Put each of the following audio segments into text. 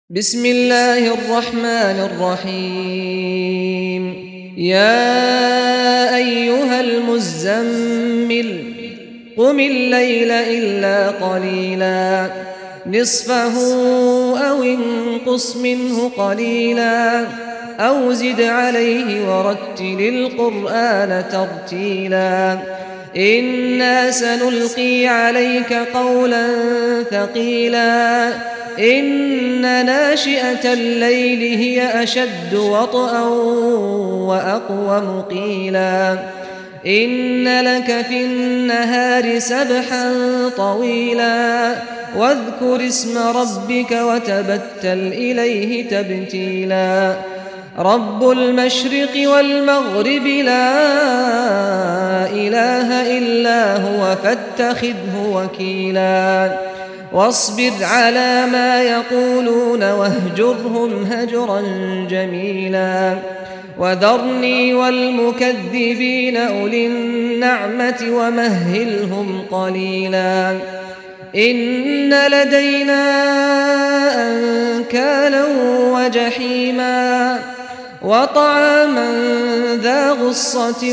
بسم الله الرحمن الرحيم. يا أيها المزمل قم الليل إلا قليلا نصفه أو انقص منه قليلا أو زد عليه ورتل القرآن ترتيلا إنا سنلقي عليك قولا ثقيلا إن ناشئة الليل هي أشد وطئا وأقوم قيلا إن لك في النهار سبحا طويلا واذكر اسم ربك وتبتل إليه تبتيلا رب المشرق والمغرب لا إله إلا هو فاتخذه وكيلا واصبر على ما يقولون واهجرهم هجرا جميلا وذرني والمكذبين أولي النعمة ومهلهم قليلا إن لدينا أنكالا وجحيما وطعاما ذا غصة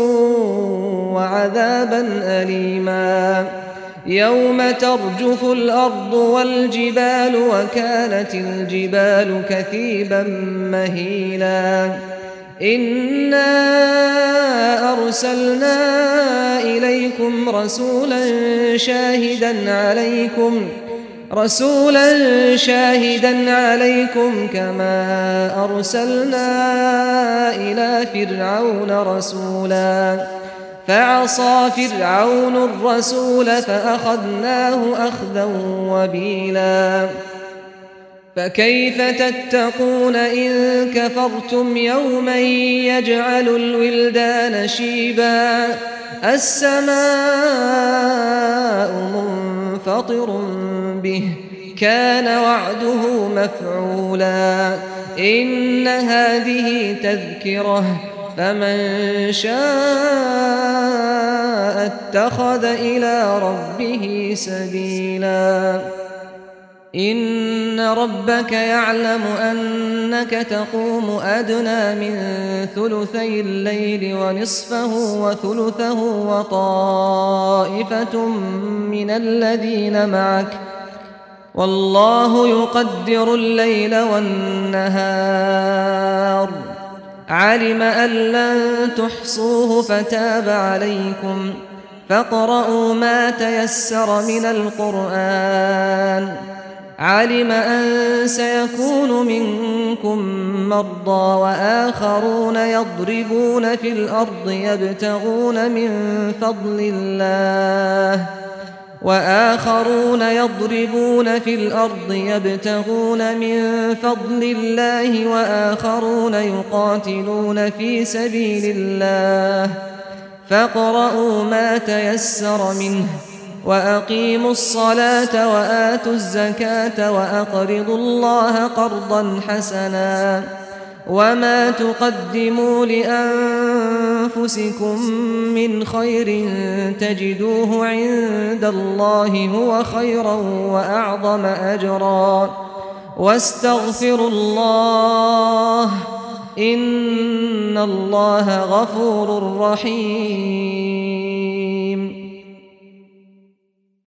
وعذابا أليما يوم ترجف الأرض والجبال وكانت الجبال كثيبا مهيلا إنا أرسلنا إليكم رسولا شاهدا عليكم كما أرسلنا إلى فرعون رسولا فعصى فرعون الرسول فأخذناه أخذا وبيلا فكيف تتقون إن كفرتم يوما يجعل الولدان شيبا السماء منفطر به كان وعده مفعولا إن هذه تذكرة فمن شاء اتخذ إلى ربه سبيلا إن ربك يعلم أنك تقوم أدنى من ثلثي الليل ونصفه وثلثه وطائفة من الذين معك والله يقدر الليل والنهار علم أن لن تحصوه فتاب عليكم فاقرؤوا ما تيسر من القرآن علم أن سيكون منكم مرضى وآخرون يضربون في الأرض يبتغون من فضل الله وآخرون يقاتلون في سبيل الله فاقرؤوا ما تيسر منه وأقيموا الصلاة وآتوا الزكاة وأقرضوا الله قرضا حسنا وما تقدموا لأنفسكم من خير تجدوه عند الله هو خيرا وأعظم أجرا واستغفروا الله إن الله غفور رحيم